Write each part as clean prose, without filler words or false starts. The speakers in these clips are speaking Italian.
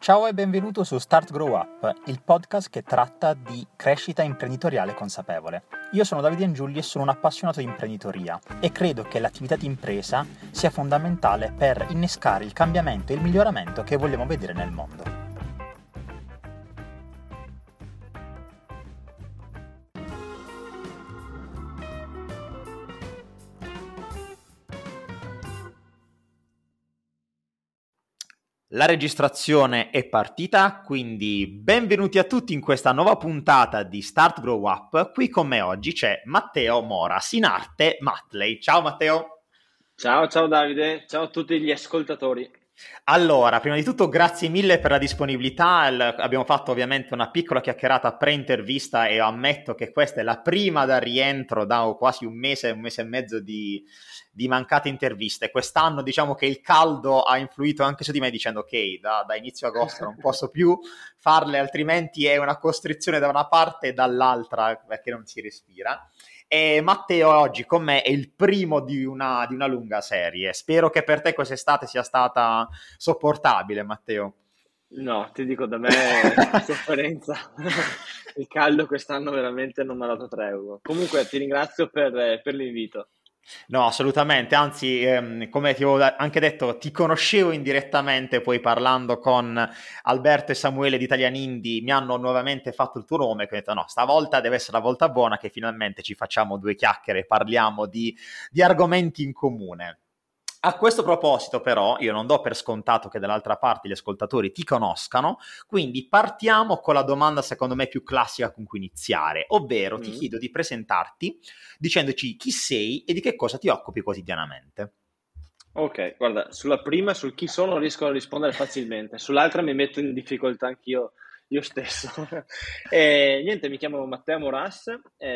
Ciao e benvenuto su Start Grow Up, il podcast che tratta di crescita imprenditoriale consapevole. Io sono Davide Angiulli e sono un appassionato di imprenditoria e credo che l'attività di impresa sia fondamentale per innescare il cambiamento e il miglioramento che vogliamo vedere nel mondo. La registrazione è partita, quindi benvenuti a tutti in questa nuova puntata di Start Grow Up. Qui con me oggi c'è Matteo Moras, in arte Matley. Ciao Matteo! Ciao Davide, ciao a tutti gli ascoltatori. Allora, prima di tutto grazie mille per la disponibilità, abbiamo fatto ovviamente una piccola chiacchierata pre-intervista e ammetto che questa è la prima da rientro da quasi un mese e mezzo di mancate interviste. Quest'anno diciamo che il caldo ha influito anche su di me dicendo ok, da inizio agosto non posso più farle, altrimenti è una costrizione da una parte e dall'altra perché non si respira. E Matteo oggi con me è il primo di una lunga serie. Spero che per te quest'estate sia stata sopportabile, Matteo. No, ti dico, da me sofferenza. Il caldo quest'anno veramente non mi ha dato tregua. Comunque ti ringrazio per l'invito. No, assolutamente, anzi, come ti avevo anche detto, ti conoscevo indirettamente, poi parlando con Alberto e Samuele di Italian Indie mi hanno nuovamente fatto il tuo nome, quindi ho detto no, stavolta deve essere la volta buona che finalmente ci facciamo due chiacchiere e parliamo di argomenti in comune. A questo proposito però io non do per scontato che dall'altra parte gli ascoltatori ti conoscano, quindi partiamo con la domanda secondo me più classica con cui iniziare, ovvero ti chiedo di presentarti dicendoci chi sei e di che cosa ti occupi quotidianamente. Ok, guarda, sulla prima, sul chi sono, riesco a rispondere facilmente, sull'altra mi metto in difficoltà anch'io io stesso. Niente, mi chiamo Matteo Moras,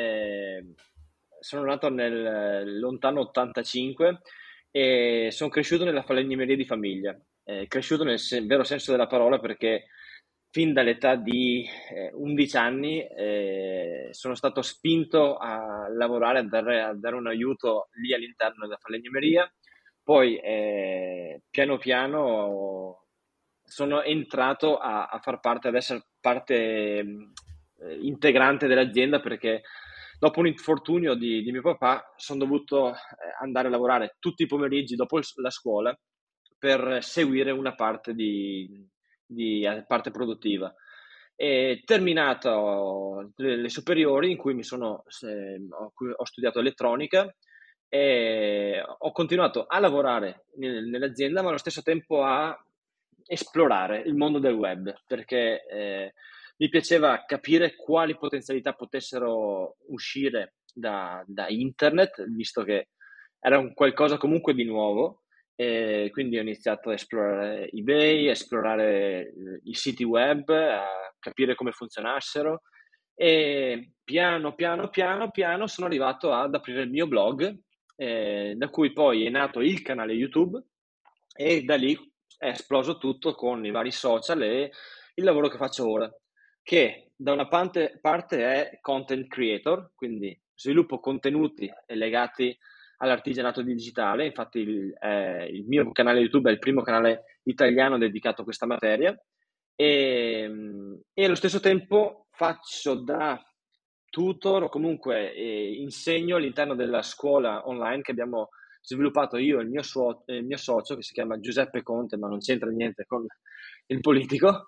sono nato nel lontano 85 e sono cresciuto nella falegnameria di famiglia. Cresciuto nel vero senso della parola perché fin dall'età di 11 anni sono stato spinto a lavorare, a dare un aiuto lì all'interno della falegnameria. Poi piano piano sono entrato a far parte, ad essere parte integrante dell'azienda perché dopo un infortunio di mio papà sono dovuto andare a lavorare tutti i pomeriggi dopo la scuola per seguire una parte di parte produttiva. E terminato le superiori in cui ho studiato elettronica e ho continuato a lavorare nell'azienda, ma allo stesso tempo a esplorare il mondo del web, perché mi piaceva capire quali potenzialità potessero uscire da internet, visto che era un qualcosa comunque di nuovo. E quindi ho iniziato a esplorare eBay, a esplorare i siti web, a capire come funzionassero e piano sono arrivato ad aprire il mio blog, da cui poi è nato il canale YouTube e da lì è esploso tutto con i vari social e il lavoro che faccio ora, che da una parte è content creator, quindi sviluppo contenuti legati all'artigianato digitale. Infatti il mio canale YouTube è il primo canale italiano dedicato a questa materia e allo stesso tempo faccio da tutor o comunque insegno all'interno della scuola online che abbiamo sviluppato io e il mio socio, che si chiama Giuseppe Conte, ma non c'entra niente con il politico,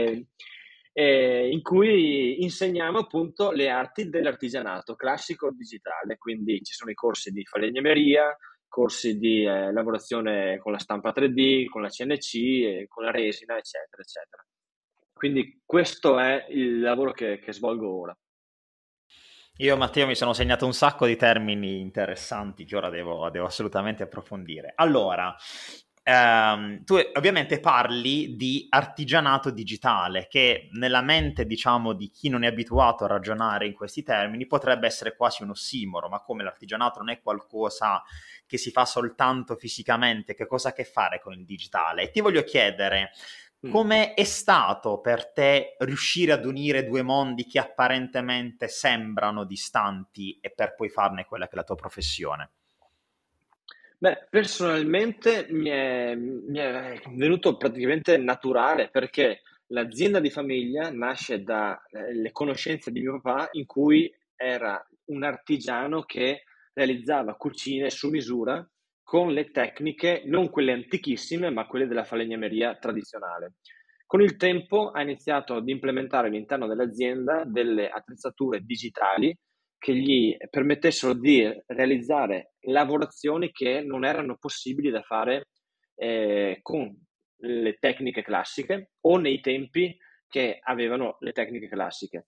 in cui insegniamo appunto le arti dell'artigianato classico digitale. Quindi ci sono i corsi di falegnameria, corsi di lavorazione con la stampa 3D, con la CNC, con la resina, eccetera, eccetera. Quindi questo è il lavoro che svolgo ora. Io, Matteo, mi sono segnato un sacco di termini interessanti che ora devo assolutamente approfondire. Allora, tu ovviamente parli di artigianato digitale, che nella mente, diciamo, di chi non è abituato a ragionare in questi termini potrebbe essere quasi un ossimoro, ma come l'artigianato non è qualcosa che si fa soltanto fisicamente, che cosa ha a che fare con il digitale? E ti voglio chiedere, come è stato per te riuscire ad unire due mondi che apparentemente sembrano distanti e per poi farne quella che è la tua professione? Beh, personalmente mi è venuto praticamente naturale perché l'azienda di famiglia nasce dalle conoscenze di mio papà, in cui era un artigiano che realizzava cucine su misura con le tecniche, non quelle antichissime, ma quelle della falegnameria tradizionale. Con il tempo ha iniziato ad implementare all'interno dell'azienda delle attrezzature digitali che gli permettessero di realizzare lavorazioni che non erano possibili da fare con le tecniche classiche o nei tempi che avevano le tecniche classiche.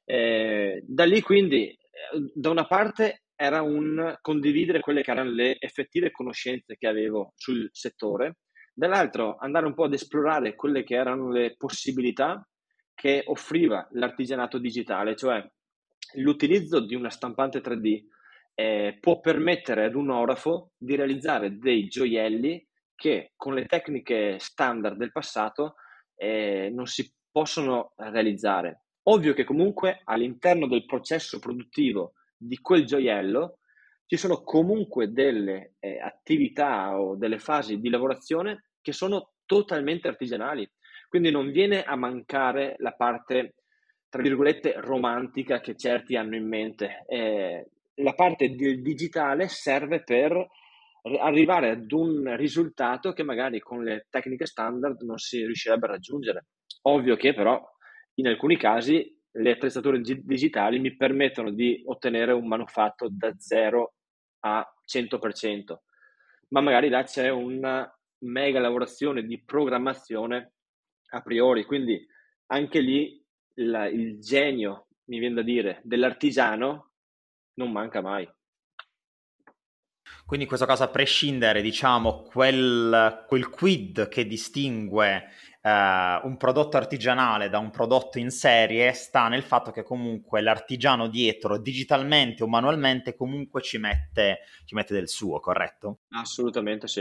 Da lì quindi, da una parte era un condividere quelle che erano le effettive conoscenze che avevo sul settore, dall'altro andare un po' ad esplorare quelle che erano le possibilità che offriva l'artigianato digitale, cioè l'utilizzo di una stampante 3D può permettere ad un orafo di realizzare dei gioielli che con le tecniche standard del passato non si possono realizzare. Ovvio che comunque all'interno del processo produttivo di quel gioiello ci sono comunque delle attività o delle fasi di lavorazione che sono totalmente artigianali, quindi non viene a mancare la parte, tra virgolette, romantica che certi hanno in mente. La parte del digitale serve per arrivare ad un risultato che magari con le tecniche standard non si riuscirebbe a raggiungere. Ovvio che però in alcuni casi le attrezzature digitali mi permettono di ottenere un manufatto da 0 a 100%, ma magari là c'è una mega lavorazione di programmazione a priori, quindi anche lì il genio, mi viene da dire, dell'artigiano non manca mai. Quindi in questo caso, a prescindere, diciamo, quel quid che distingue un prodotto artigianale da un prodotto in serie sta nel fatto che comunque l'artigiano dietro, digitalmente o manualmente, comunque ci mette del suo, corretto? Assolutamente sì.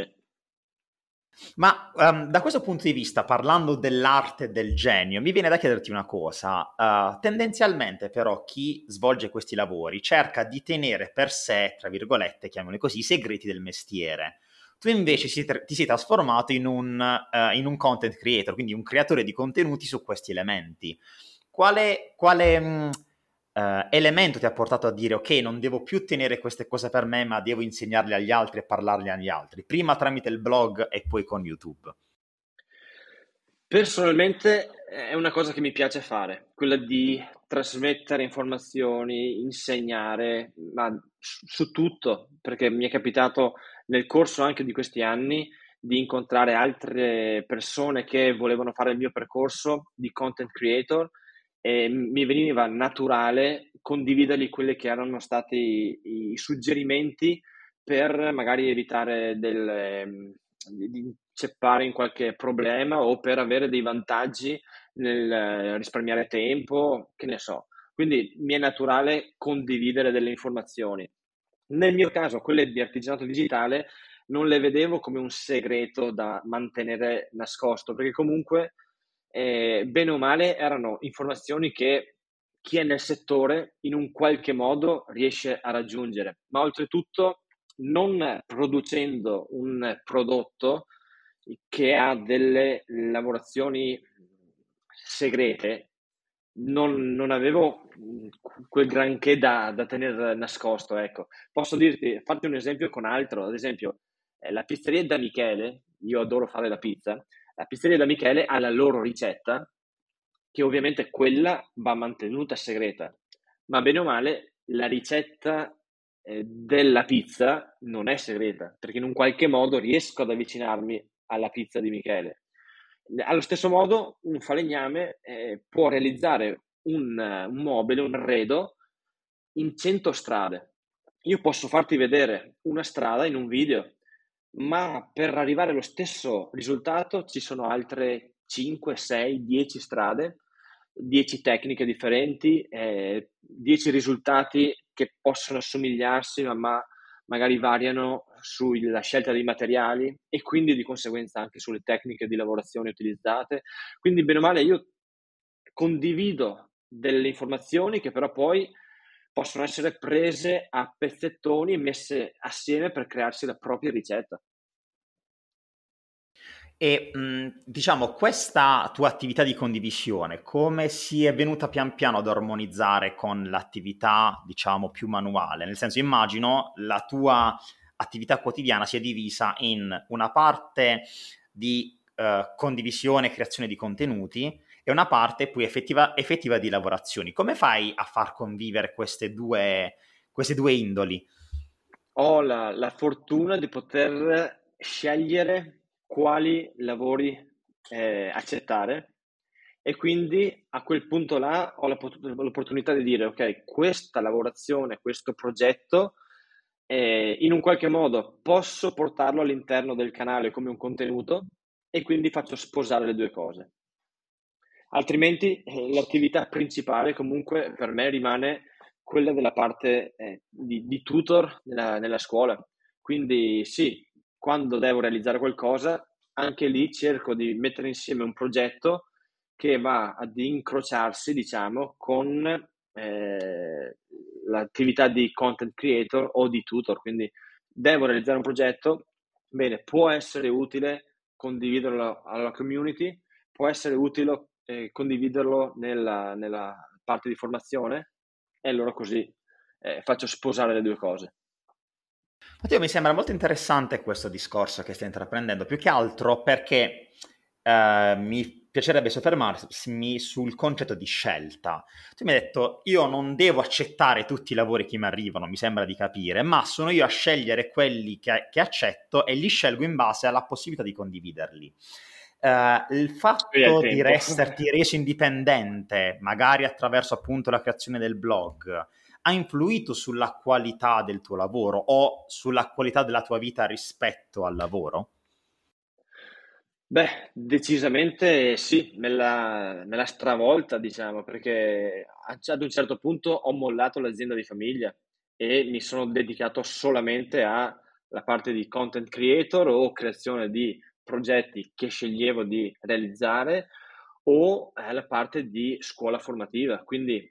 Ma da questo punto di vista, parlando dell'arte e del genio, mi viene da chiederti una cosa. Tendenzialmente però chi svolge questi lavori cerca di tenere per sé, tra virgolette, chiamiamoli così, i segreti del mestiere. Tu invece ti sei trasformato in un content creator, quindi un creatore di contenuti su questi elementi. Quale elemento ti ha portato a dire ok, non devo più tenere queste cose per me, ma devo insegnarle agli altri e parlarle agli altri, prima tramite il blog e poi con YouTube? Personalmente è una cosa che mi piace fare, quella di trasmettere informazioni, insegnare, ma su tutto, perché mi è capitato nel corso anche di questi anni di incontrare altre persone che volevano fare il mio percorso di content creator e mi veniva naturale condividergli quelli che erano stati i suggerimenti per magari evitare di inceppare in qualche problema o per avere dei vantaggi nel risparmiare tempo, che ne so. Quindi mi è naturale condividere delle informazioni. Nel mio caso, quelle di artigianato digitale non le vedevo come un segreto da mantenere nascosto, perché comunque, bene o male, erano informazioni che chi è nel settore in un qualche modo riesce a raggiungere, ma oltretutto non producendo un prodotto che ha delle lavorazioni segrete, non avevo quel granché da tenere nascosto, ecco. Posso dirti, farti un esempio con altro, ad esempio, la pizzeria da Michele, io adoro fare la pizza, la pizzeria da Michele ha la loro ricetta, che ovviamente quella va mantenuta segreta, ma bene o male la ricetta della pizza non è segreta, perché in un qualche modo riesco ad avvicinarmi alla pizza di Michele. Allo stesso modo, un falegname può realizzare un mobile, un arredo in 100 strade. Io posso farti vedere una strada in un video, ma per arrivare allo stesso risultato ci sono altre 5, 6, 10 strade, 10 tecniche differenti, 10 risultati che possono assomigliarsi, ma magari variano sulla scelta dei materiali e quindi di conseguenza anche sulle tecniche di lavorazione utilizzate. Quindi, bene o male, io condivido delle informazioni che però poi possono essere prese a pezzettoni e messe assieme per crearsi la propria ricetta. E diciamo, questa tua attività di condivisione, come si è venuta pian piano ad armonizzare con l'attività, diciamo, più manuale? Nel senso, immagino la tua attività quotidiana sia divisa in una parte di condivisione e creazione di contenuti e una parte poi effettiva di lavorazioni. Come fai a far convivere queste due indoli? Ho la fortuna di poter scegliere quali lavori accettare e quindi a quel punto là ho l'opportunità di dire ok, questa lavorazione, questo progetto in un qualche modo posso portarlo all'interno del canale come un contenuto e quindi faccio sposare le due cose. Altrimenti l'attività principale comunque per me rimane quella della parte di tutor nella scuola. Quindi sì, quando devo realizzare qualcosa, anche lì cerco di mettere insieme un progetto che va ad incrociarsi, diciamo, con l'attività di content creator o di tutor. Quindi devo realizzare un progetto, bene, può essere utile condividerlo alla community, può essere utile condividerlo nella parte di formazione e allora così faccio sposare le due cose. Matteo, mi sembra molto interessante questo discorso che stai intraprendendo, più che altro perché mi piacerebbe soffermarmi sul concetto di scelta. Tu mi hai detto, io non devo accettare tutti i lavori che mi arrivano, mi sembra di capire, ma sono io a scegliere quelli che accetto e li scelgo in base alla possibilità di condividerli. Il Qui è il fatto di tempo. esserti reso indipendente, magari attraverso appunto la creazione del blog, ha influito sulla qualità del tuo lavoro o sulla qualità della tua vita rispetto al lavoro? Beh, decisamente sì, me l'ha stravolta, diciamo, perché ad un certo punto ho mollato l'azienda di famiglia e mi sono dedicato solamente alla parte di content creator o creazione di progetti che sceglievo di realizzare o alla parte di scuola formativa. Quindi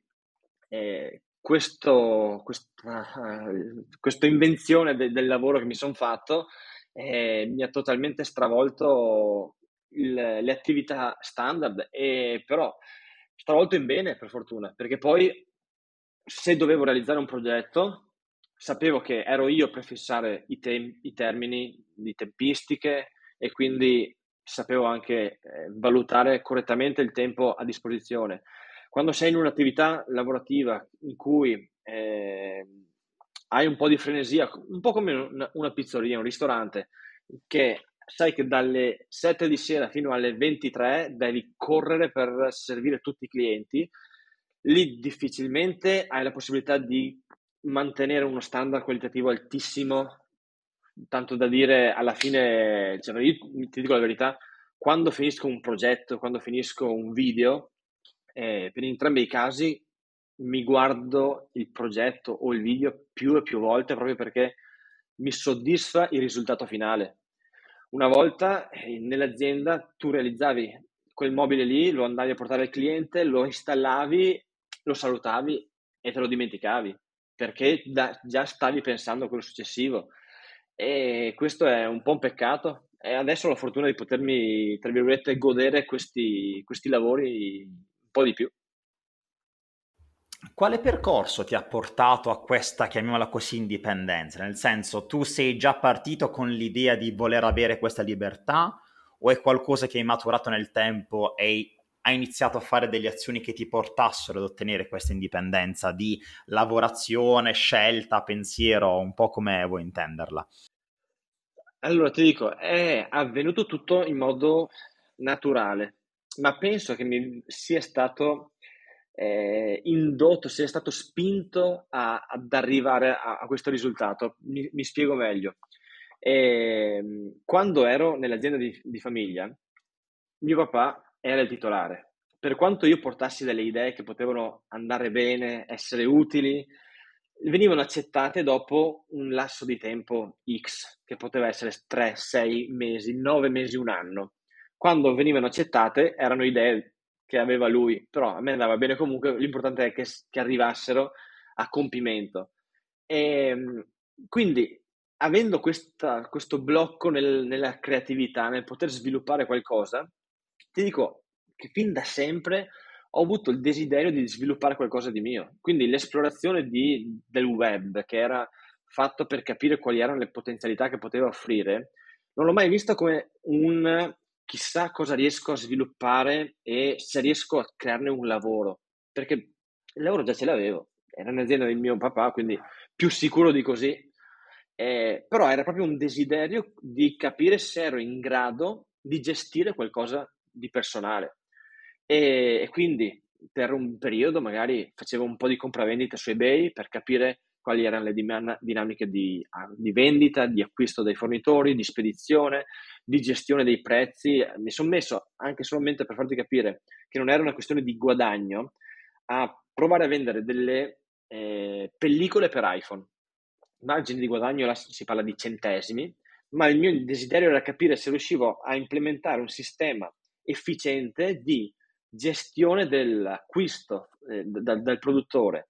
questa invenzione del lavoro che mi sono fatto mi ha totalmente stravolto le attività standard, e però stravolto in bene per fortuna, perché poi se dovevo realizzare un progetto sapevo che ero io a prefissare i termini di tempistiche e quindi sapevo anche valutare correttamente il tempo a disposizione. Quando sei in un'attività lavorativa in cui hai un po' di frenesia, un po' come una pizzeria, un ristorante, che sai che dalle 7 di sera fino alle 23 devi correre per servire tutti i clienti, lì difficilmente hai la possibilità di mantenere uno standard qualitativo altissimo, tanto da dire alla fine, cioè, io ti dico la verità, quando finisco un progetto, quando finisco un video, per entrambi i casi mi guardo il progetto o il video più e più volte proprio perché mi soddisfa il risultato finale. Una volta nell'azienda tu realizzavi quel mobile lì, lo andavi a portare al cliente, lo installavi, lo salutavi e te lo dimenticavi perché già stavi pensando a quello successivo. E questo è un po' un peccato. E adesso ho la fortuna di potermi, tra virgolette, godere questi lavori un po' di più. Quale percorso ti ha portato a questa, chiamiamola così, indipendenza? Nel senso, tu sei già partito con l'idea di voler avere questa libertà o è qualcosa che hai maturato nel tempo e hai iniziato a fare delle azioni che ti portassero ad ottenere questa indipendenza di lavorazione, scelta, pensiero, un po' come vuoi intenderla? Allora, ti dico, è avvenuto tutto in modo naturale, ma penso che mi sia stato indotto, sia stato spinto ad arrivare a questo risultato. Mi spiego meglio. Quando ero nell'azienda di famiglia, mio papà era il titolare. Per quanto io portassi delle idee che potevano andare bene, essere utili, venivano accettate dopo un lasso di tempo X, che poteva essere 3, 6 mesi, 9 mesi, un anno. Quando venivano accettate erano idee che aveva lui, però a me andava bene comunque, l'importante è che arrivassero a compimento. E, quindi avendo questo blocco nella creatività, nel poter sviluppare qualcosa, ti dico che fin da sempre ho avuto il desiderio di sviluppare qualcosa di mio. Quindi l'esplorazione del web, che era fatto per capire quali erano le potenzialità che poteva offrire, non l'ho mai visto come un chissà cosa riesco a sviluppare e se riesco a crearne un lavoro, perché il lavoro già ce l'avevo, era un'azienda del mio papà, quindi più sicuro di così. Però era proprio un desiderio di capire se ero in grado di gestire qualcosa di personale. E quindi per un periodo magari facevo un po' di compravendita su eBay per capire quali erano le dinamiche di vendita, di acquisto dai fornitori, di spedizione, di gestione dei prezzi. Mi sono messo anche solamente per farti capire che non era una questione di guadagno a provare a vendere delle pellicole per iPhone. Margine di guadagno, là si parla di centesimi, ma il mio desiderio era capire se riuscivo a implementare un sistema efficiente di gestione dell'acquisto dal produttore,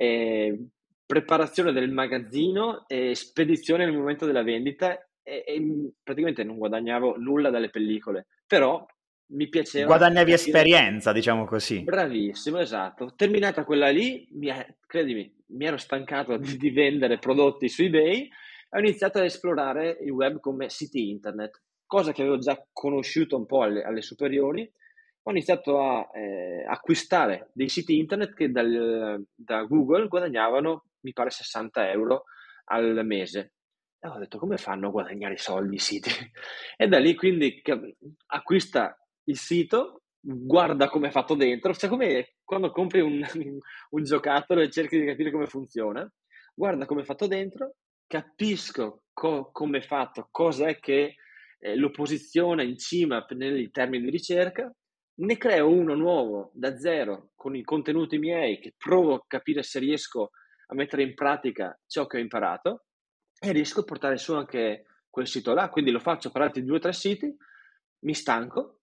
preparazione del magazzino e spedizione nel momento della vendita e praticamente non guadagnavo nulla dalle pellicole, però mi piaceva Guadagnavi capire. esperienza, diciamo così. Bravissimo, esatto. Terminata quella lì, credimi, mi ero stancato di vendere prodotti su eBay, ho iniziato ad esplorare il web come siti internet, cosa che avevo già conosciuto un po' alle superiori. Ho iniziato a acquistare dei siti internet che da Google guadagnavano, mi pare, 60 euro al mese. E ho detto, come fanno a guadagnare i soldi i siti? E da lì quindi acquista il sito, guarda come è fatto dentro, cioè come quando compri un giocattolo e cerchi di capire come funziona, guarda come è fatto dentro, capisco come è fatto, cosa è che lo posiziona in cima nei termini di ricerca, ne creo uno nuovo da zero con i contenuti miei che provo a capire se riesco a mettere in pratica ciò che ho imparato e riesco a portare su anche quel sito là, quindi lo faccio per altri 2 o 3 siti, mi stanco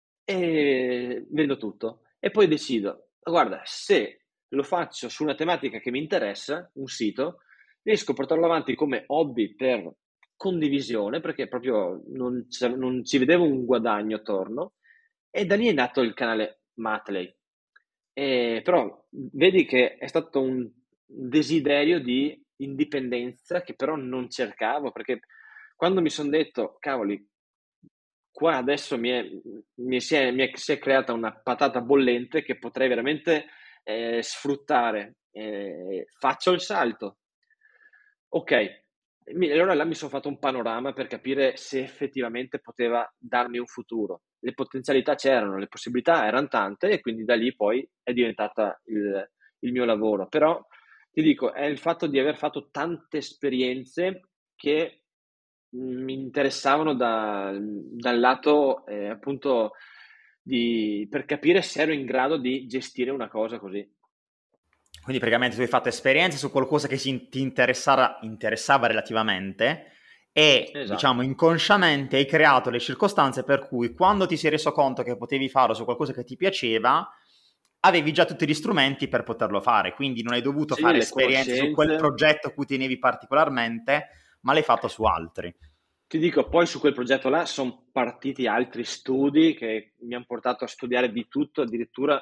e vendo tutto. E poi decido, guarda, se lo faccio su una tematica che mi interessa, un sito, riesco a portarlo avanti come hobby per condivisione, perché proprio non ci vedevo un guadagno attorno, e da lì è nato il canale Matley. Però vedi che è stato un desiderio di indipendenza che però non cercavo, perché quando mi sono detto, cavoli, qua adesso si è creata una patata bollente che potrei veramente sfruttare, faccio il salto. Ok, allora là mi sono fatto un panorama per capire se effettivamente poteva darmi un futuro. Le potenzialità c'erano, le possibilità erano tante e quindi da lì poi è diventata il mio lavoro. Però ti dico, è il fatto di aver fatto tante esperienze che mi interessavano dal lato appunto per capire se ero in grado di gestire una cosa così. Quindi praticamente tu hai fatto esperienze su qualcosa che ti interessava relativamente e, diciamo, Esatto. inconsciamente hai creato le circostanze per cui quando ti sei reso conto che potevi farlo su qualcosa che ti piaceva, avevi già tutti gli strumenti per poterlo fare, quindi non hai dovuto Sì, fare le esperienze su quel conoscenze. progetto a cui tenevi particolarmente, ma l'hai fatto su altri. Ti dico, poi su quel progetto là sono partiti altri studi che mi hanno portato a studiare di tutto, addirittura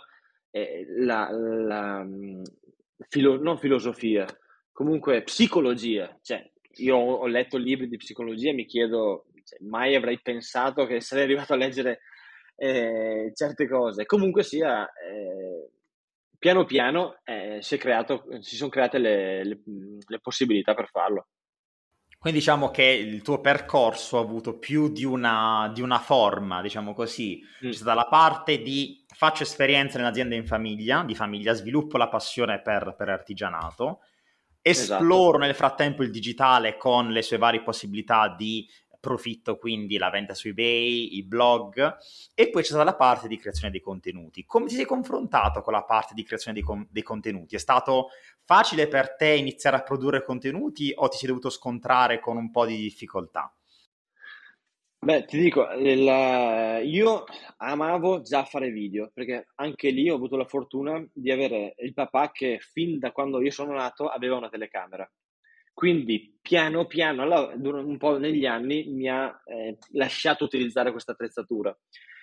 non filosofia, comunque psicologia. Cioè, io ho letto libri di psicologia e mi chiedo, cioè, mai avrei pensato che sarei arrivato a leggere certe cose. Comunque sia, piano piano si sono create le possibilità per farlo. Quindi diciamo che il tuo percorso ha avuto più di una forma, diciamo così. C'è Mm, stata la parte di faccio esperienze nell'azienda di famiglia, sviluppo la passione per artigianato, esatto. esploro nel frattempo il digitale con le sue varie possibilità di profitto, quindi la vendita su eBay, i blog, e poi c'è stata la parte di creazione dei contenuti. Come ti sei confrontato con la parte di creazione dei contenuti? È stato facile per te iniziare a produrre contenuti o ti sei dovuto scontrare con un po' di difficoltà? Beh, ti dico, io amavo già fare video, perché anche lì ho avuto la fortuna di avere il papà che fin da quando io sono nato aveva una telecamera. Quindi piano piano, un po' negli anni, mi ha lasciato utilizzare questa attrezzatura.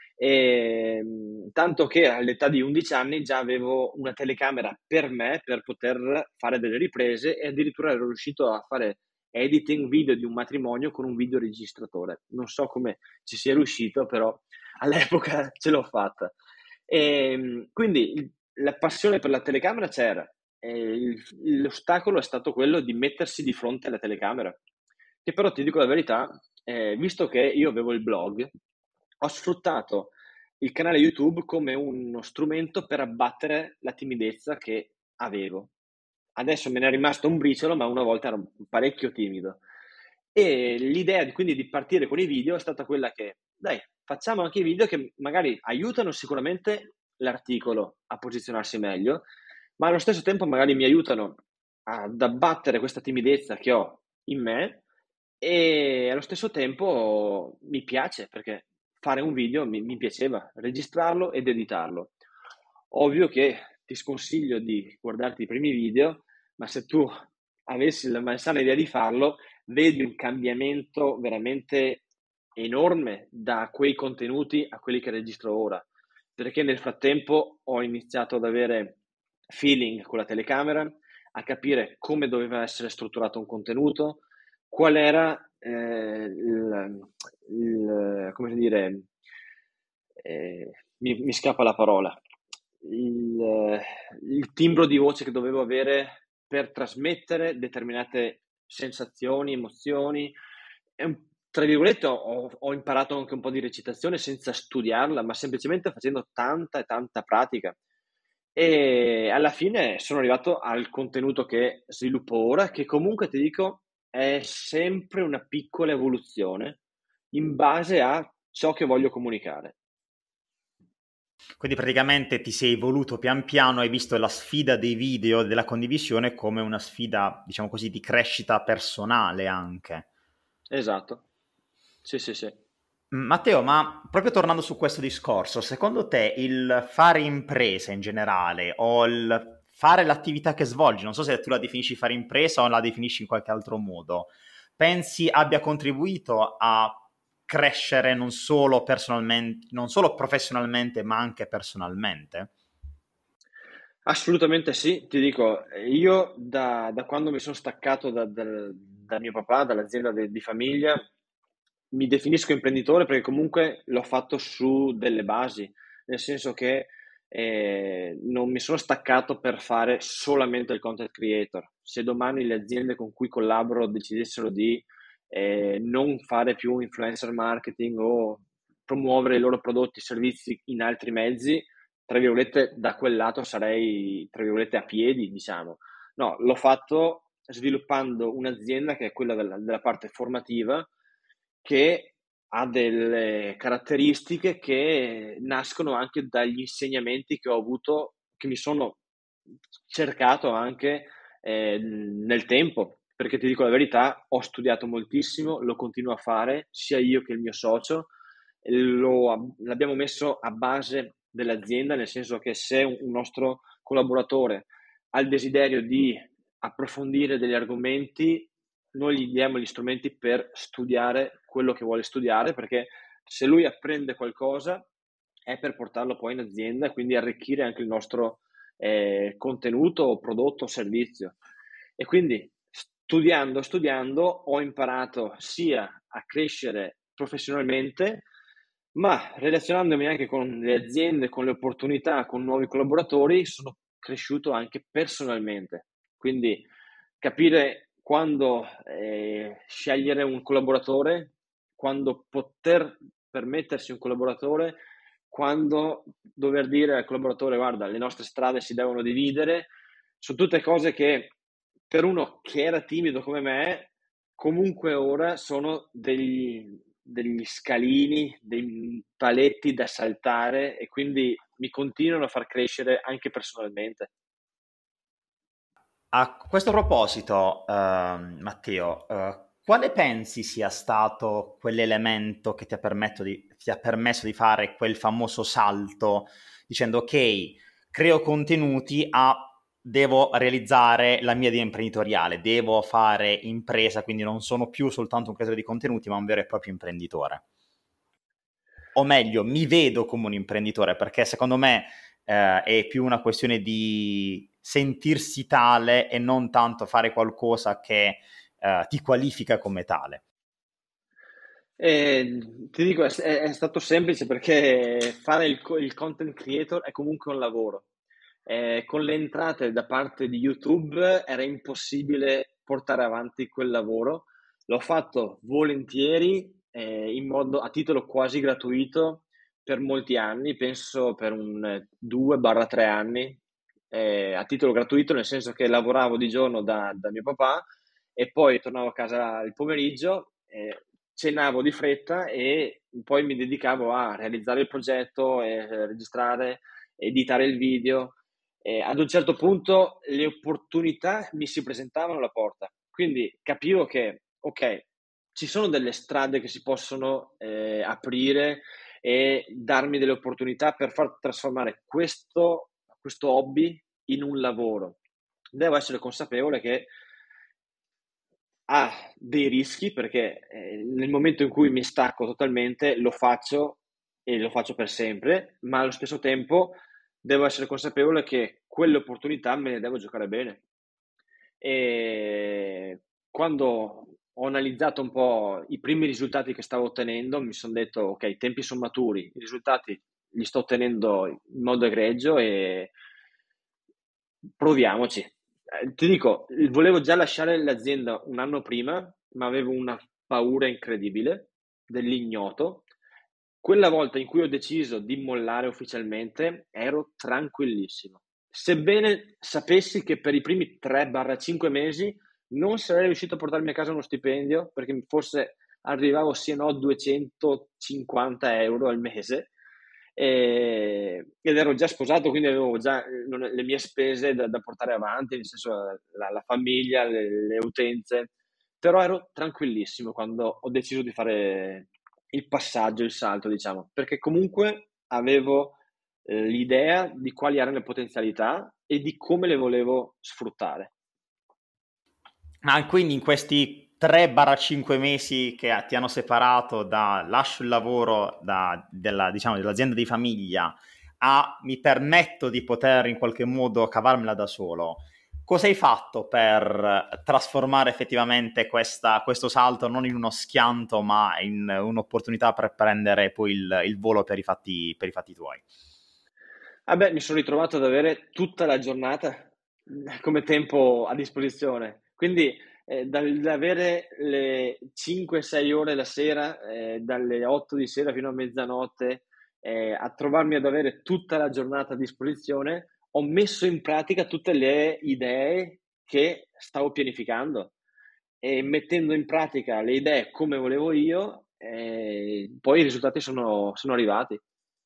Tanto che all'età di 11 anni già avevo una telecamera per me, per poter fare delle riprese, e addirittura ero riuscito a fare editing video di un matrimonio con un videoregistratore. Non so come ci sia riuscito, però all'epoca ce l'ho fatta. Quindi la passione per la telecamera c'era. L'ostacolo è stato quello di mettersi di fronte alla telecamera, che però ti dico la verità, visto che io avevo il blog, ho sfruttato il canale YouTube come uno strumento per abbattere la timidezza che avevo. Adesso me ne è rimasto un briciolo, ma una volta ero parecchio timido. E l'idea quindi di partire con i video è stata quella che, dai, facciamo anche i video che magari aiutano sicuramente l'articolo a posizionarsi meglio, ma allo stesso tempo magari mi aiutano ad abbattere questa timidezza che ho in me, e allo stesso tempo mi piace perché fare un video mi piaceva, registrarlo ed editarlo. Ovvio che ti sconsiglio di guardarti i primi video, ma se tu avessi la malsana idea di farlo, vedi un cambiamento veramente enorme da quei contenuti a quelli che registro ora, perché nel frattempo ho iniziato ad avere feeling con la telecamera, a capire come doveva essere strutturato un contenuto, qual era come dire, mi scappa la parola, il timbro di voce che dovevo avere per trasmettere determinate sensazioni, emozioni. Tra virgolette, ho imparato anche un po' di recitazione senza studiarla, ma semplicemente facendo tanta e tanta pratica. E alla fine sono arrivato al contenuto che sviluppo ora, che comunque ti dico è sempre una piccola evoluzione in base a ciò che voglio comunicare. Quindi praticamente ti sei evoluto pian piano, hai visto la sfida dei video, della condivisione, come una sfida, diciamo così, di crescita personale anche. Esatto. Sì, sì, sì. Matteo, ma proprio tornando su questo discorso, secondo te il fare impresa in generale o il fare l'attività che svolgi, non so se tu la definisci fare impresa o la definisci in qualche altro modo, pensi abbia contribuito a crescere non solo personalmente, non solo professionalmente, ma anche personalmente? Assolutamente sì, ti dico, io da quando mi sono staccato da mio papà, dall'azienda di famiglia, mi definisco imprenditore perché comunque l'ho fatto su delle basi, nel senso che non mi sono staccato per fare solamente il content creator. Se domani le aziende con cui collaboro decidessero di non fare più influencer marketing o promuovere i loro prodotti e servizi in altri mezzi, tra virgolette, da quel lato sarei, tra virgolette, a piedi, diciamo. No, l'ho fatto sviluppando un'azienda che è quella della parte formativa, che ha delle caratteristiche che nascono anche dagli insegnamenti che ho avuto, che mi sono cercato anche nel tempo, perché ti dico la verità, ho studiato moltissimo, lo continuo a fare, sia io che il mio socio, l'abbiamo messo a base dell'azienda, nel senso che se un nostro collaboratore ha il desiderio di approfondire degli argomenti, noi gli diamo gli strumenti per studiare quello che vuole studiare, perché se lui apprende qualcosa è per portarlo poi in azienda e quindi arricchire anche il nostro contenuto, prodotto o servizio. E quindi studiando ho imparato sia a crescere professionalmente, ma relazionandomi anche con le aziende, con le opportunità, con nuovi collaboratori, sono cresciuto anche personalmente. Quindi capire quando scegliere un collaboratore, quando poter permettersi un collaboratore, quando dover dire al collaboratore guarda, le nostre strade si devono dividere, sono tutte cose che per uno che era timido come me, comunque ora sono degli scalini, dei paletti da saltare, e quindi mi continuano a far crescere anche personalmente. A questo proposito, Matteo, quale pensi sia stato quell'elemento che ti ha permesso di fare quel famoso salto dicendo ok, creo contenuti a devo realizzare la mia idea imprenditoriale, devo fare impresa, quindi non sono più soltanto un creatore di contenuti, ma un vero e proprio imprenditore. O meglio, mi vedo come un imprenditore, perché secondo me è più una questione di sentirsi tale e non tanto fare qualcosa che ti qualifica come tale. Ti dico, è stato semplice perché fare il content creator è comunque un lavoro. Con le entrate da parte di YouTube era impossibile portare avanti quel lavoro. L'ho fatto volentieri, in modo a titolo quasi gratuito per molti anni, penso per un 2-3 anni, a titolo gratuito, nel senso che lavoravo di giorno da mio papà e poi tornavo a casa il pomeriggio, cenavo di fretta e poi mi dedicavo a realizzare il progetto, registrare, editare il video. Ad un certo punto le opportunità mi si presentavano alla porta, quindi capivo che, ok, ci sono delle strade che si possono aprire e darmi delle opportunità per far trasformare questo hobby in un lavoro. Devo essere consapevole che ha dei rischi perché nel momento in cui mi stacco totalmente lo faccio e lo faccio per sempre, ma allo stesso tempo devo essere consapevole che quelle opportunità me le devo giocare bene. E quando ho analizzato un po' i primi risultati che stavo ottenendo, mi sono detto, ok, i tempi sono maturi, i risultati li sto ottenendo in modo egregio e proviamoci. Ti dico, volevo già lasciare l'azienda un anno prima, ma avevo una paura incredibile dell'ignoto. Quella volta in cui ho deciso di mollare ufficialmente, ero tranquillissimo. Sebbene sapessi che per i primi 3-5 mesi non sarei riuscito a portarmi a casa uno stipendio, perché forse arrivavo sì o no a 250 euro al mese, ed ero già sposato, quindi avevo già le mie spese da portare avanti, nel senso la famiglia, le utenze, però ero tranquillissimo quando ho deciso di fare il passaggio, il salto, diciamo, perché comunque avevo l'idea di quali erano le potenzialità e di come le volevo sfruttare. Ma quindi in questi 3-5 mesi che ti hanno separato da lascio il lavoro diciamo, dell'azienda di famiglia a mi permetto di poter in qualche modo cavarmela da solo, cosa hai fatto per trasformare effettivamente questo salto non in uno schianto ma in un'opportunità per prendere poi il volo per i fatti tuoi? Ah beh, mi sono ritrovato ad avere tutta la giornata come tempo a disposizione, quindi dall'avere le 5-6 ore la sera, dalle 8 di sera fino a mezzanotte, a trovarmi ad avere tutta la giornata a disposizione, ho messo in pratica tutte le idee che stavo pianificando e mettendo in pratica le idee come volevo io, poi i risultati sono arrivati.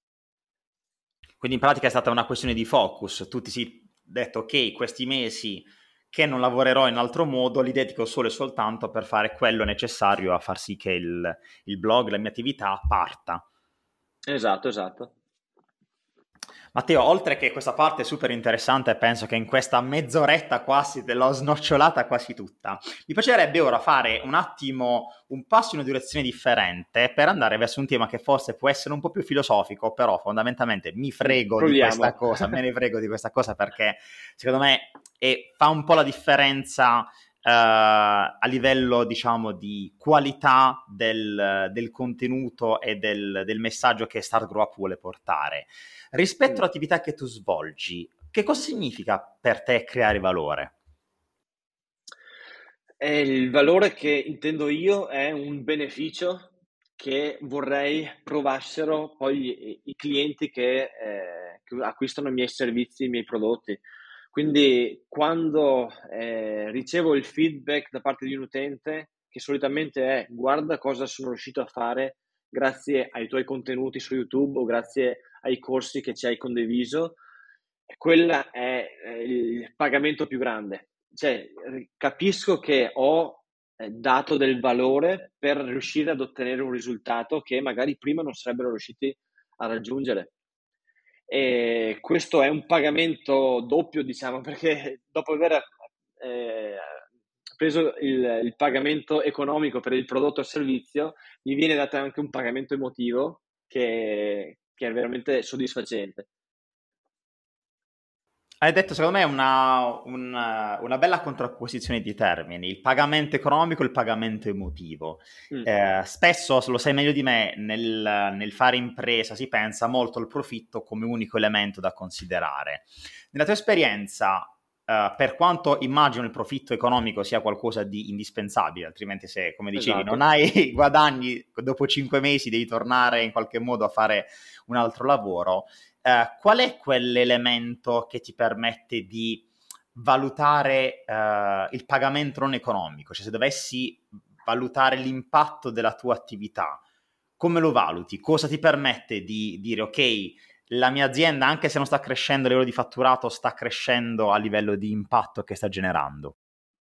Quindi in pratica è stata una questione di focus, tu ti sei detto ok, questi mesi che non lavorerò in altro modo li dedico solo e soltanto per fare quello necessario a far sì che il blog, la mia attività parta. Esatto, esatto. Matteo, oltre che questa parte super interessante, penso che in questa mezz'oretta quasi te l'ho snocciolata quasi tutta. Mi piacerebbe ora fare un attimo un passo in una direzione differente per andare verso un tema che forse può essere un po' più filosofico, però fondamentalmente mi frego di questa Proviamo. cosa, me ne frego di questa cosa perché secondo me fa un po' la differenza a livello, diciamo, di qualità del contenuto e del messaggio che Start Grow Up vuole portare. Rispetto Mm. all'attività che tu svolgi, che cosa significa per te creare valore? Il valore che intendo io è un beneficio che vorrei provassero poi i clienti che acquistano i miei servizi, i miei prodotti. Quindi quando ricevo il feedback da parte di un utente, che solitamente è guarda cosa sono riuscito a fare grazie ai tuoi contenuti su YouTube o grazie ai corsi che ci hai condiviso, quella è il pagamento più grande. Cioè, capisco che ho dato del valore per riuscire ad ottenere un risultato che magari prima non sarebbero riusciti a raggiungere. E questo è un pagamento doppio, diciamo, perché dopo aver eh, preso il pagamento economico per il prodotto o servizio, mi viene dato anche un pagamento emotivo che è veramente soddisfacente. Hai detto, secondo me, una bella contrapposizione di termini, il pagamento economico e il pagamento emotivo. Mm, Spesso, lo sai meglio di me, nel fare impresa si pensa molto al profitto come unico elemento da considerare. Nella tua esperienza, per quanto immagino il profitto economico sia qualcosa di indispensabile, altrimenti se, come dicevi, non esatto. hai guadagni, dopo 5 mesi devi tornare in qualche modo a fare un altro lavoro. Qual è quell'elemento che ti permette di valutare il pagamento non economico? Cioè, se dovessi valutare l'impatto della tua attività, come lo valuti? Cosa ti permette di dire, ok, la mia azienda, anche se non sta crescendo a livello di fatturato, sta crescendo a livello di impatto che sta generando?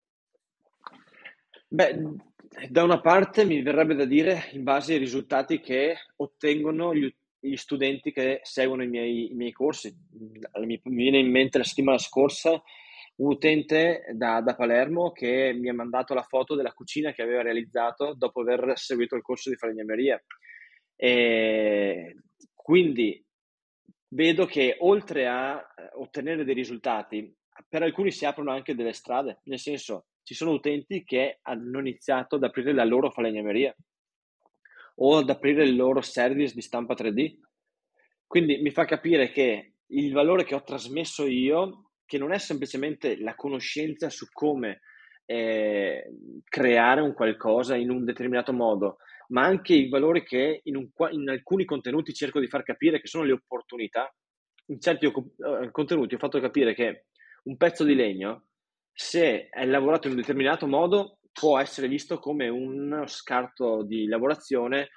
Beh, da una parte mi verrebbe da dire in base ai risultati che ottengono gli studenti che seguono i miei corsi. Mi viene in mente la settimana scorsa un utente da Palermo che mi ha mandato la foto della cucina che aveva realizzato dopo aver seguito il corso di falegnameria. E quindi vedo che oltre a ottenere dei risultati, per alcuni si aprono anche delle strade, nel senso ci sono utenti che hanno iniziato ad aprire la loro falegnameria o ad aprire il loro service di stampa 3D. Quindi mi fa capire che il valore che ho trasmesso io, che non è semplicemente la conoscenza su come creare un qualcosa in un determinato modo, ma anche i valori che in alcuni contenuti cerco di far capire che sono le opportunità. In certi contenuti ho fatto capire che un pezzo di legno, se è lavorato in un determinato modo, può essere visto come uno scarto di lavorazione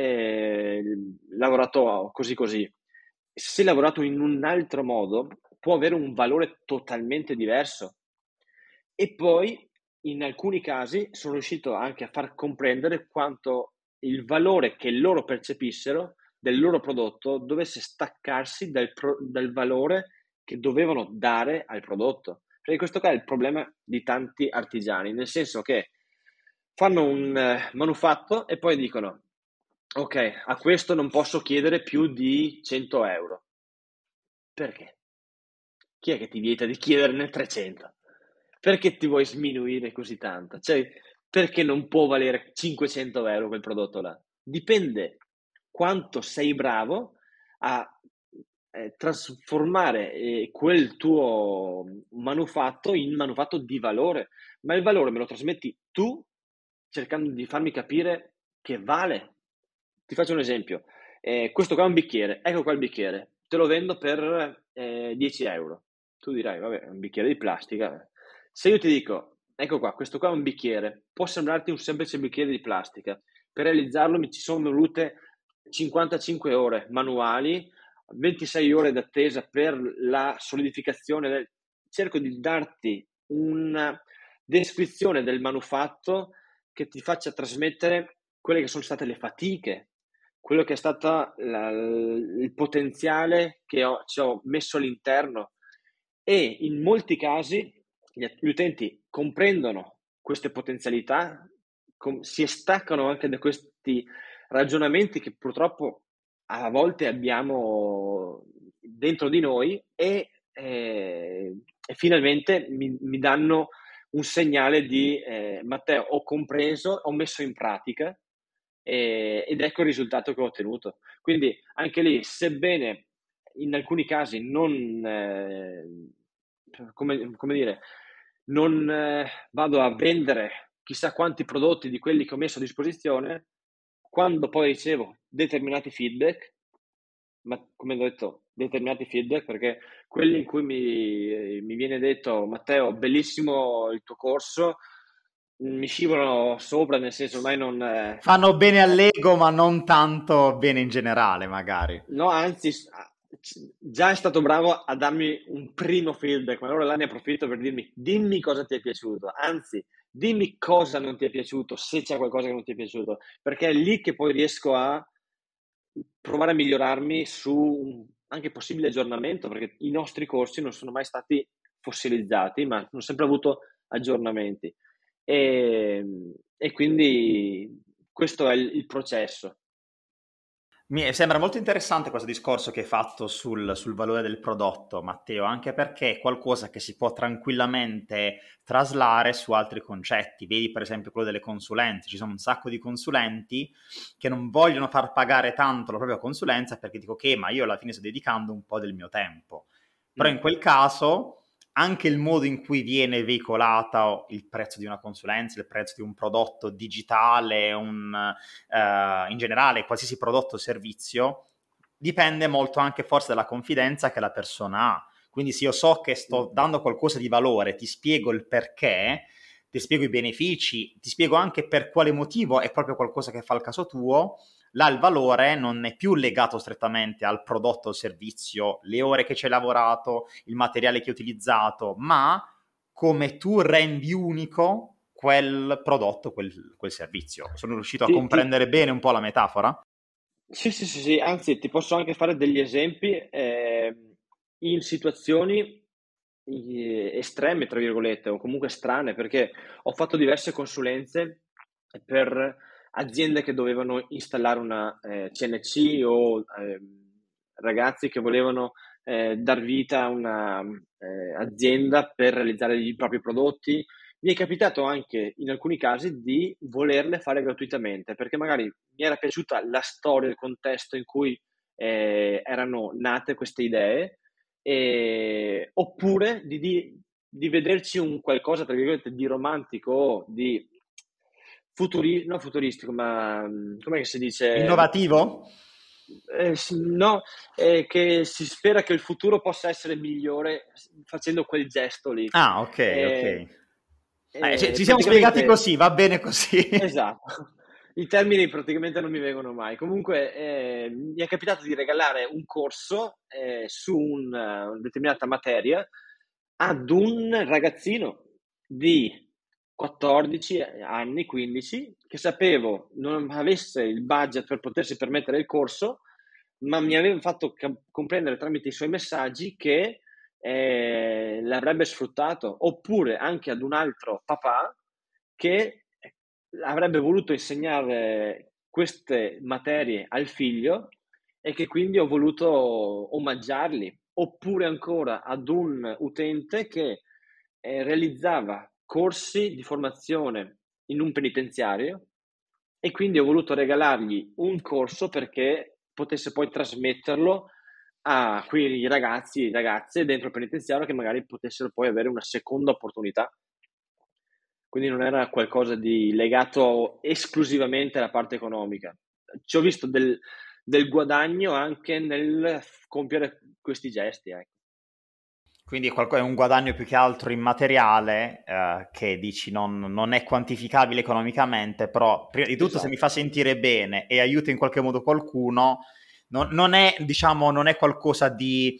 lavorato così così. Se lavorato in un altro modo, può avere un valore totalmente diverso. E poi, in alcuni casi, sono riuscito anche a far comprendere quanto il valore che loro percepissero del loro prodotto dovesse staccarsi dal valore che dovevano dare al prodotto. Perché questo qua è il problema di tanti artigiani, nel senso che fanno un manufatto e poi dicono: ok, a questo non posso chiedere più di 100 euro. Perché? Chi è che ti vieta di chiederne 300? Perché ti vuoi sminuire così tanto? Cioè, perché non può valere 500 euro quel prodotto là? Dipende quanto sei bravo a trasformare quel tuo manufatto in manufatto di valore, ma il valore me lo trasmetti tu cercando di farmi capire che vale. Ti faccio un esempio. Questo qua è un bicchiere, ecco qua il bicchiere, te lo vendo per 10 euro. Tu dirai, vabbè, è un bicchiere di plastica. Se io ti dico, ecco qua, questo qua è un bicchiere, può sembrarti un semplice bicchiere di plastica. Per realizzarlo mi ci sono volute 55 ore manuali, 26 ore d'attesa per la solidificazione. Cerco di darti una descrizione del manufatto che ti faccia trasmettere quelle che sono state le fatiche, quello che è stato il potenziale che ci ho messo all'interno. E in molti casi gli utenti comprendono queste potenzialità, si staccano anche da questi ragionamenti che purtroppo a volte abbiamo dentro di noi e finalmente mi danno un segnale di Matteo, ho compreso, ho messo in pratica ed ecco il risultato che ho ottenuto. Quindi anche lì, sebbene in alcuni casi non, come dire, non vado a vendere chissà quanti prodotti di quelli che ho messo a disposizione, quando poi ricevo determinati feedback, ma come ho detto, determinati feedback, perché quelli in cui mi viene detto Matteo, bellissimo il tuo corso, mi scivolano sopra, nel senso ormai non... Fanno bene all'ego, ma non tanto bene in generale, magari. no, anzi, già è stato bravo a darmi un primo feedback, ma allora là ne approfitto per dirmi, dimmi cosa ti è piaciuto, anzi, dimmi cosa non ti è piaciuto, se c'è qualcosa che non ti è piaciuto, perché è lì che poi riesco a provare a migliorarmi su anche possibile aggiornamento, perché i nostri corsi non sono mai stati fossilizzati, ma hanno sempre avuto aggiornamenti. E, e quindi questo è il processo. Mi sembra molto interessante questo discorso che hai fatto sul valore del prodotto, Matteo, anche perché è qualcosa che si può tranquillamente traslare su altri concetti. Vedi per esempio quello delle consulenze. Ci sono un sacco di consulenti che non vogliono far pagare tanto la propria consulenza perché dico che ma io alla fine sto dedicando un po' del mio tempo. Però in Mm. quel caso anche il modo in cui viene veicolata il prezzo di una consulenza, il prezzo di un prodotto digitale, in generale qualsiasi prodotto o servizio, dipende molto anche forse dalla confidenza che la persona ha. Quindi se io so che sto dando qualcosa di valore, ti spiego il perché, ti spiego i benefici, ti spiego anche per quale motivo è proprio qualcosa che fa il caso tuo, là il valore non è più legato strettamente al prodotto o servizio, le ore che ci hai lavorato, il materiale che hai utilizzato, ma come tu rendi unico quel prodotto, quel servizio. Sono riuscito a Ti, ti- comprendere bene un po' la metafora? Sì, sì, sì, sì, anzi, ti posso anche fare degli esempi in situazioni estreme, tra virgolette, o comunque strane, perché ho fatto diverse consulenze per aziende che dovevano installare una CNC o ragazzi che volevano dar vita a una azienda per realizzare i propri prodotti. Mi è capitato anche in alcuni casi di volerle fare gratuitamente, perché magari mi era piaciuta la storia, il contesto in cui erano nate queste idee, oppure di vederci un qualcosa, tra virgolette, di romantico, di non futuristico, ma come si dice? Innovativo? No, che si spera che il futuro possa essere migliore facendo quel gesto lì. Ah, ok, ok. Eh, Ci siamo spiegati praticamente, così, va bene così. esatto, i termini praticamente non mi vengono mai. Comunque, mi è capitato di regalare un corso su una determinata materia ad un ragazzino di 14 anni, 15, che sapevo non avesse il budget per potersi permettere il corso, ma mi aveva fatto comprendere tramite i suoi messaggi che l'avrebbe sfruttato, oppure anche ad un altro papà che avrebbe voluto insegnare queste materie al figlio e che quindi ho voluto omaggiarli, oppure ancora ad un utente che realizzava corsi di formazione in un penitenziario e quindi ho voluto regalargli un corso perché potesse poi trasmetterlo a quei ragazzi e ragazze dentro il penitenziario che magari potessero poi avere una seconda opportunità. Quindi non era qualcosa di legato esclusivamente alla parte economica. Ci ho visto del guadagno anche nel compiere questi gesti, ecco. Quindi è un guadagno più che altro immateriale, che dici non è quantificabile economicamente, però prima di tutto se mi Esatto. fa sentire bene e aiuta in qualche modo qualcuno, non è, diciamo, non è qualcosa di,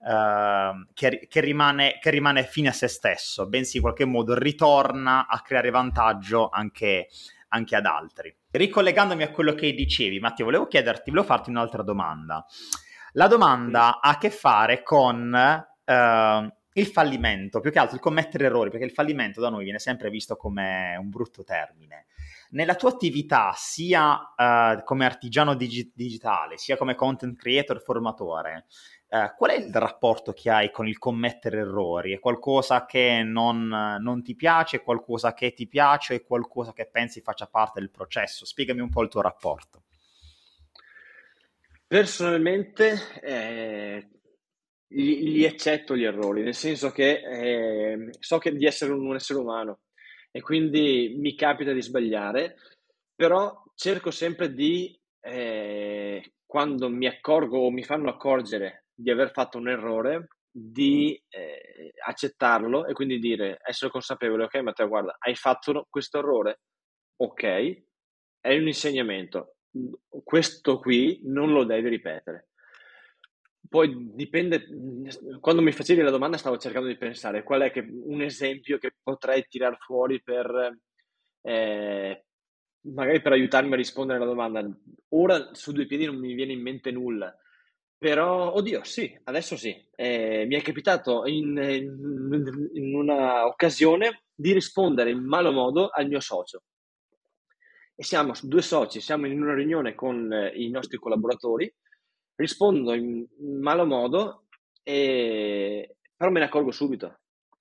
che rimane fine a se stesso, bensì in qualche modo ritorna a creare vantaggio anche ad altri. Ricollegandomi a quello che dicevi, Matteo, volevo farti un'altra domanda. La Mm. domanda ha a che fare con il fallimento, più che altro il commettere errori, perché il fallimento da noi viene sempre visto come un brutto termine. Nella tua attività, sia come artigiano digitale, sia come content creator formatore, qual è il rapporto che hai con il commettere errori? È qualcosa che non ti piace, è qualcosa che ti piace, è qualcosa che pensi faccia parte del processo? Spiegami un po' il tuo rapporto. Personalmente, li accetto gli errori, nel senso che so che di essere un essere umano e quindi mi capita di sbagliare, però cerco sempre di, quando mi accorgo o mi fanno accorgere di aver fatto un errore, di accettarlo e quindi dire, essere consapevole, ok Matteo, guarda, hai fatto questo errore, ok, è un insegnamento, questo qui non lo devi ripetere. Poi dipende, quando mi facevi la domanda stavo cercando di pensare qual è un esempio che potrei tirar fuori per, eh, magari per aiutarmi a rispondere alla domanda. Ora su due piedi non mi viene in mente nulla, Però, oddio, sì, adesso sì. Mi è capitato in una occasione di rispondere in malo modo al mio socio. E siamo due soci, siamo in una riunione con i nostri collaboratori, rispondo in malo modo, però me ne accorgo subito.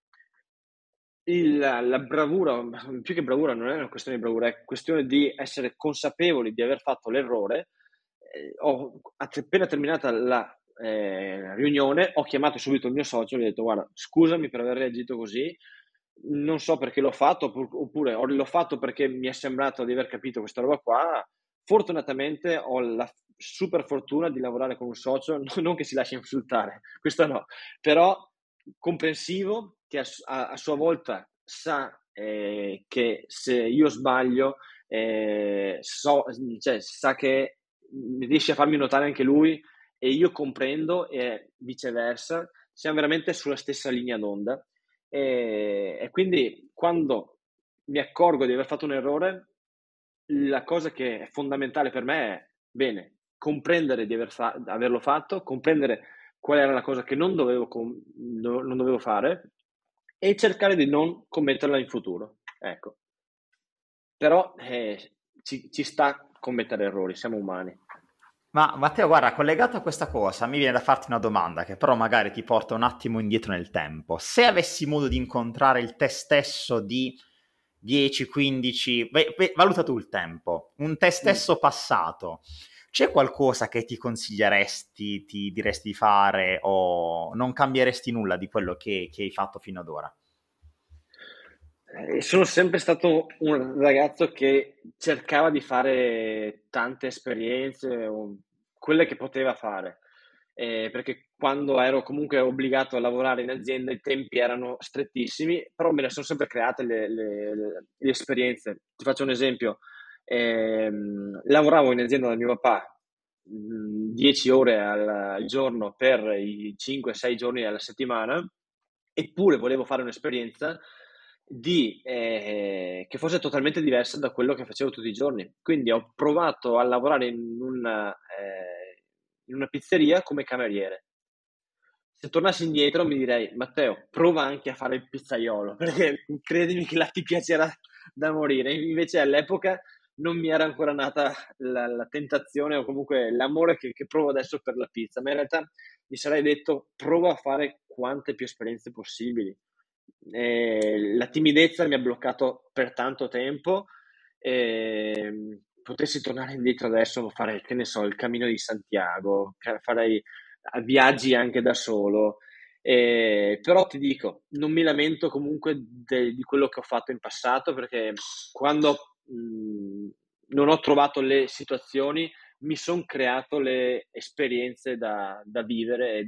La bravura, più che bravura, non è una questione di bravura, è questione di essere consapevoli di aver fatto l'errore. Appena terminata la riunione, ho chiamato subito il mio socio e gli ho detto: Guarda, scusami per aver reagito così, non so perché l'ho fatto, oppure l'ho fatto perché mi è sembrato di aver capito questa roba qua. Fortunatamente ho la super fortuna di lavorare con un socio, non che si lasci insultare, questo no, però comprensivo, che a sua volta sa che se io sbaglio, cioè, sa che riesce a farmi notare anche lui e io comprendo e viceversa, siamo veramente sulla stessa linea d'onda e quindi quando mi accorgo di aver fatto un errore, la cosa che è fondamentale per me è, bene, comprendere di averlo fatto, comprendere qual era la cosa che non dovevo fare e cercare di non commetterla in futuro. Ecco. Però ci sta commettere errori, siamo umani. Ma Matteo, guarda, collegato a questa cosa, mi viene da farti una domanda che però magari ti porta un attimo indietro nel tempo. Se avessi modo di incontrare il te stesso di 10, 15, valuta tu il tempo, un te Mm. stesso passato, c'è qualcosa che ti consiglieresti, ti diresti di fare o non cambieresti nulla di quello che hai fatto fino ad ora? Sono sempre stato un ragazzo che cercava di fare tante esperienze, o quelle che poteva fare, perché quando ero comunque obbligato a lavorare in azienda i tempi erano strettissimi, però me le sono sempre create le esperienze. Ti faccio un esempio: lavoravo in azienda da mio papà 10 ore al giorno per i 5-6 giorni alla settimana, eppure volevo fare un'esperienza che fosse totalmente diversa da quello che facevo tutti i giorni. Quindi ho provato a lavorare in una pizzeria come cameriere. Se tornassi indietro mi direi: Matteo, prova anche a fare il pizzaiolo, perché credimi che là ti piacerà da morire. Invece all'epoca non mi era ancora nata la tentazione o comunque l'amore che provo adesso per la pizza, ma in realtà mi sarei detto: prova a fare quante più esperienze possibili. La timidezza mi ha bloccato per tanto tempo. Potessi tornare indietro adesso, fare, che ne so, il Cammino di Santiago, farei viaggi anche da solo. Però ti dico, non mi lamento comunque di quello che ho fatto in passato, perché quando non ho trovato le situazioni, mi sono creato le esperienze da vivere e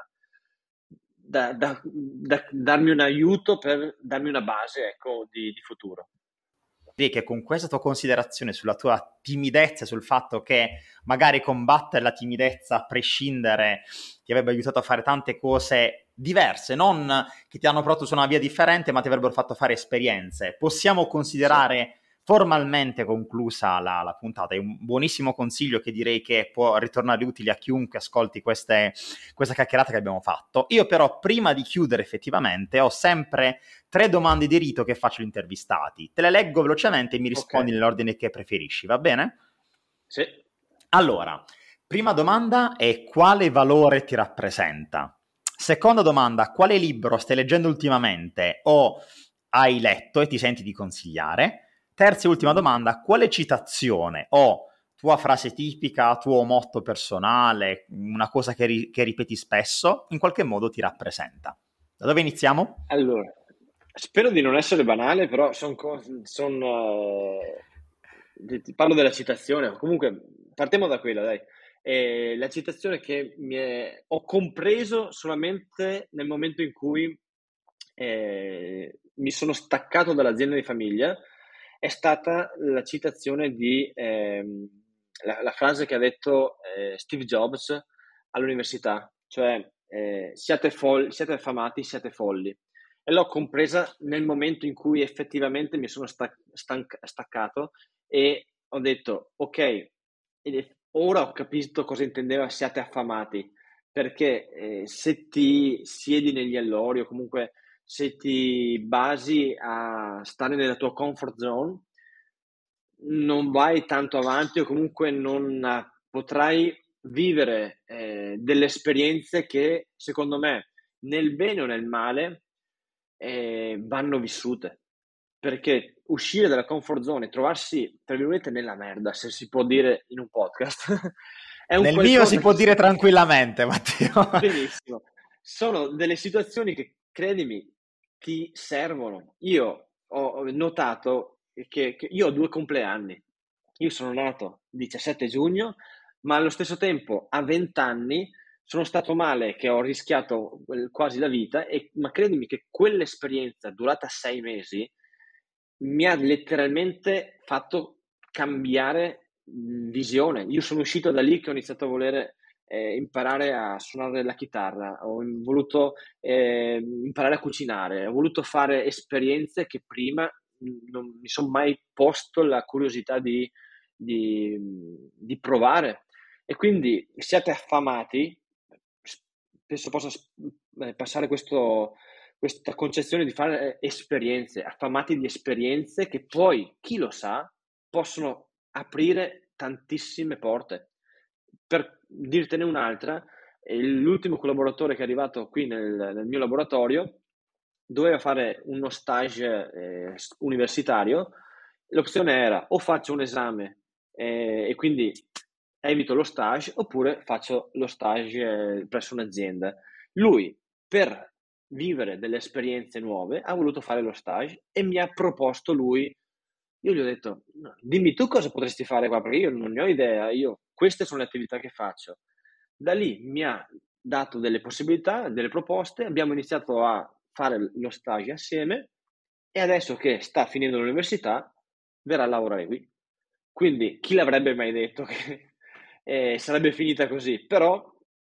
da darmi un aiuto per darmi una base, ecco, di futuro. Direi che con questa tua considerazione sulla tua timidezza, sul fatto che magari combattere la timidezza a prescindere ti avrebbe aiutato a fare tante cose diverse, non che ti hanno portato su una via differente, ma ti avrebbero fatto fare esperienze. Possiamo Sì. considerare formalmente conclusa la puntata. È un buonissimo consiglio che direi che può ritornare utile a chiunque ascolti questa chiacchierata che abbiamo fatto. Io però, prima di chiudere effettivamente, ho sempre 3 domande di rito che faccio agli intervistati. Te le leggo velocemente e mi Ok, rispondi nell'ordine che preferisci, va bene? sì. Allora, prima domanda è: quale valore ti rappresenta? Seconda domanda: quale libro stai leggendo ultimamente o hai letto e ti senti di consigliare? Terza e ultima Mhm. domanda: quale citazione o tua frase tipica, tuo motto personale, una cosa che ripeti spesso, in qualche modo ti rappresenta? Da dove iniziamo? Allora, spero di non essere banale, però ti parlo della citazione. Comunque, partiamo da quella, dai. La citazione che ho compreso solamente nel momento in cui mi sono staccato dall'azienda di famiglia è stata la citazione la frase che ha detto Steve Jobs all'università, cioè siate affamati, siate folli. E l'ho compresa nel momento in cui effettivamente mi sono staccato e ho detto: ok, ora ho capito cosa intendeva siate affamati. perché se ti siedi negli allori o comunque se ti basi a stare nella tua comfort zone, non vai tanto avanti o comunque non potrai vivere delle esperienze che secondo me nel bene o nel male vanno vissute, perché uscire dalla comfort zone e trovarsi tra virgolette nella merda, se si può dire in un podcast, è un Nel mio si qualcosa può che dire tranquillamente, Matteo. benissimo, sono delle situazioni che credimi ti servono. Io ho notato che io ho 2 compleanni. Io sono nato il 17 giugno, ma allo stesso tempo a 20 anni sono stato male che ho rischiato quasi la vita, ma credimi che quell'esperienza durata 6 mesi mi ha letteralmente fatto cambiare visione. Io sono uscito da lì che ho iniziato a volere imparare a suonare la chitarra, ho voluto imparare a cucinare, ho voluto fare esperienze che prima non mi sono mai posto la curiosità di provare. E quindi siate affamati, penso possa passare questa concezione di fare esperienze, affamati di esperienze che poi, chi lo sa, possono aprire tantissime porte. Per dirtene un'altra, l'ultimo collaboratore che è arrivato qui nel mio laboratorio doveva fare uno stage universitario. L'opzione era o faccio un esame e quindi evito lo stage, oppure faccio lo stage presso un'azienda. Lui, per vivere delle esperienze nuove, ha voluto fare lo stage e mi ha proposto lui. Io gli ho detto, "No, dimmi tu cosa potresti fare qua, perché io non ne ho idea, queste sono le attività che faccio." Da lì mi ha dato delle possibilità, delle proposte, abbiamo iniziato a fare lo stage assieme e adesso che sta finendo l'università verrà a lavorare qui. Quindi chi l'avrebbe mai detto che sarebbe finita così? Però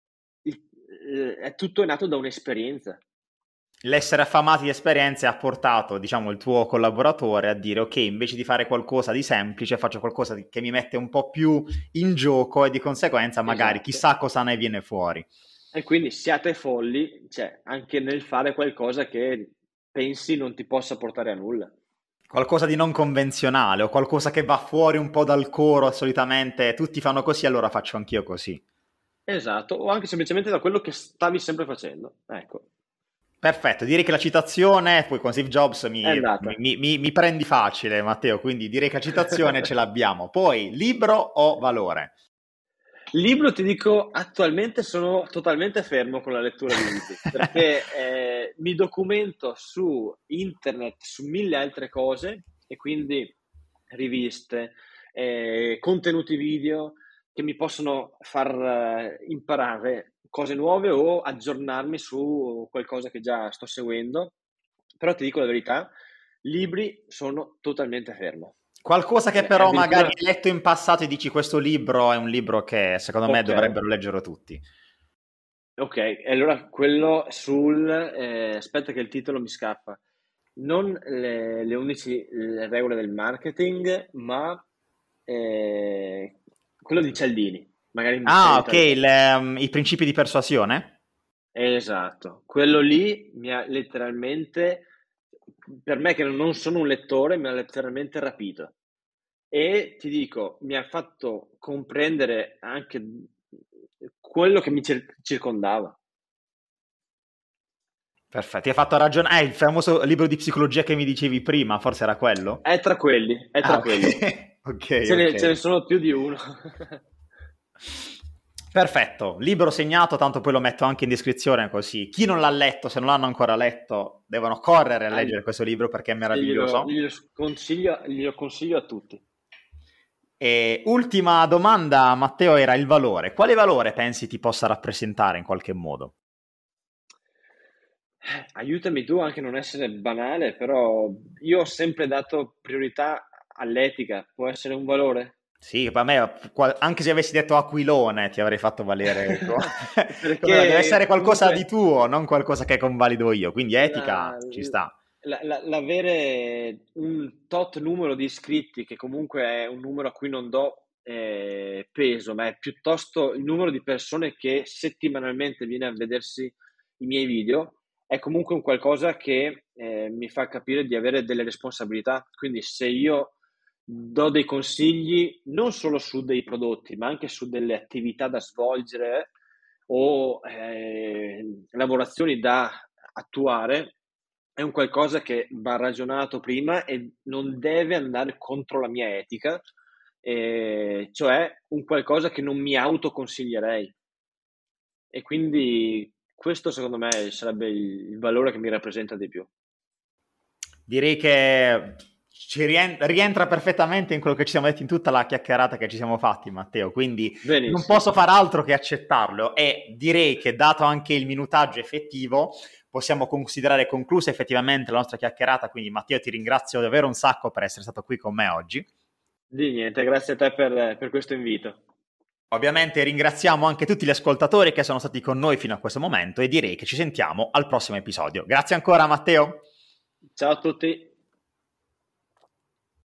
tutto è nato da un'esperienza. L'essere affamati di esperienze ha portato, diciamo, il tuo collaboratore a dire ok, invece di fare qualcosa di semplice, faccio qualcosa che mi mette un po' più in gioco e di conseguenza magari Esatto. chissà cosa ne viene fuori. E quindi siate folli, cioè, anche nel fare qualcosa che pensi non ti possa portare a nulla. Qualcosa di non convenzionale o qualcosa che va fuori un po' dal coro, solitamente tutti fanno così, allora faccio anch'io così. Esatto, o anche semplicemente da quello che stavi sempre facendo. Ecco, Perfetto, direi che la citazione, poi con Steve Jobs è andata. mi prendi facile, Matteo, quindi direi che la citazione ce l'abbiamo. Poi, libro o valore? Libro, ti dico, attualmente sono totalmente fermo con la lettura di libri, perché mi documento su internet su mille altre cose e quindi riviste, contenuti video che mi possono far imparare cose nuove o aggiornarmi su qualcosa che già sto seguendo. Però ti dico la verità, libri sono totalmente fermo. Qualcosa che però magari Addirittura, hai letto in passato e dici questo libro è un libro che secondo me ok. dovrebbero leggere tutti. Ok, e allora quello aspetta che il titolo mi scappa. Non le 11 regole del marketing, ma quello di Cialdini. Magari mi sai Ah, ok, aiutare te. i principi di persuasione? Esatto, quello lì mi ha letteralmente, per me che non sono un lettore, mi ha letteralmente rapito. E ti dico, mi ha fatto comprendere anche quello che mi circondava. Perfetto, ti ha fatto ragionare. Il famoso libro di psicologia che mi dicevi prima, forse era quello? È tra quelli, è Ah, tra ok, quelli. ok, Ce ne ok. sono più di uno. Perfetto, libro segnato, tanto poi lo metto anche in descrizione così. Chi non l'ha letto, se non l'hanno ancora letto, devono correre a leggere questo libro perché è Sì, meraviglioso. glielo consiglio a tutti. E ultima domanda, Matteo, era il valore. Quale valore pensi ti possa rappresentare in qualche modo? Aiutami tu anche a non essere banale, però io ho sempre dato priorità all'etica. Può essere un valore? Sì, per me, anche se avessi detto aquilone, ti avrei fatto valere. Deve essere Perché qualcosa di comunque tuo, non qualcosa che convalido io. Quindi la- etica ci sta. l'avere un tot numero di iscritti, che comunque è un numero a cui non do peso, ma è piuttosto il numero di persone che settimanalmente viene a vedersi i miei video, è comunque un qualcosa che mi fa capire di avere delle responsabilità. Quindi se io do dei consigli non solo su dei prodotti, ma anche su delle attività da svolgere o lavorazioni da attuare, è un qualcosa che va ragionato prima e non deve andare contro la mia etica, cioè un qualcosa che non mi autoconsiglierei. E quindi questo secondo me sarebbe il valore che mi rappresenta di più. Direi che rientra perfettamente in quello che ci siamo detti in tutta la chiacchierata che ci siamo fatti, Matteo, quindi non Benissimo. posso far altro che accettarlo e direi che dato anche il minutaggio effettivo possiamo considerare conclusa effettivamente la nostra chiacchierata, quindi Matteo ti ringrazio davvero un sacco per essere stato qui con me oggi. Di niente, grazie a te per questo invito. Ovviamente ringraziamo anche tutti gli ascoltatori che sono stati con noi fino a questo momento e direi che ci sentiamo al prossimo episodio. Grazie ancora Matteo. Ciao a tutti.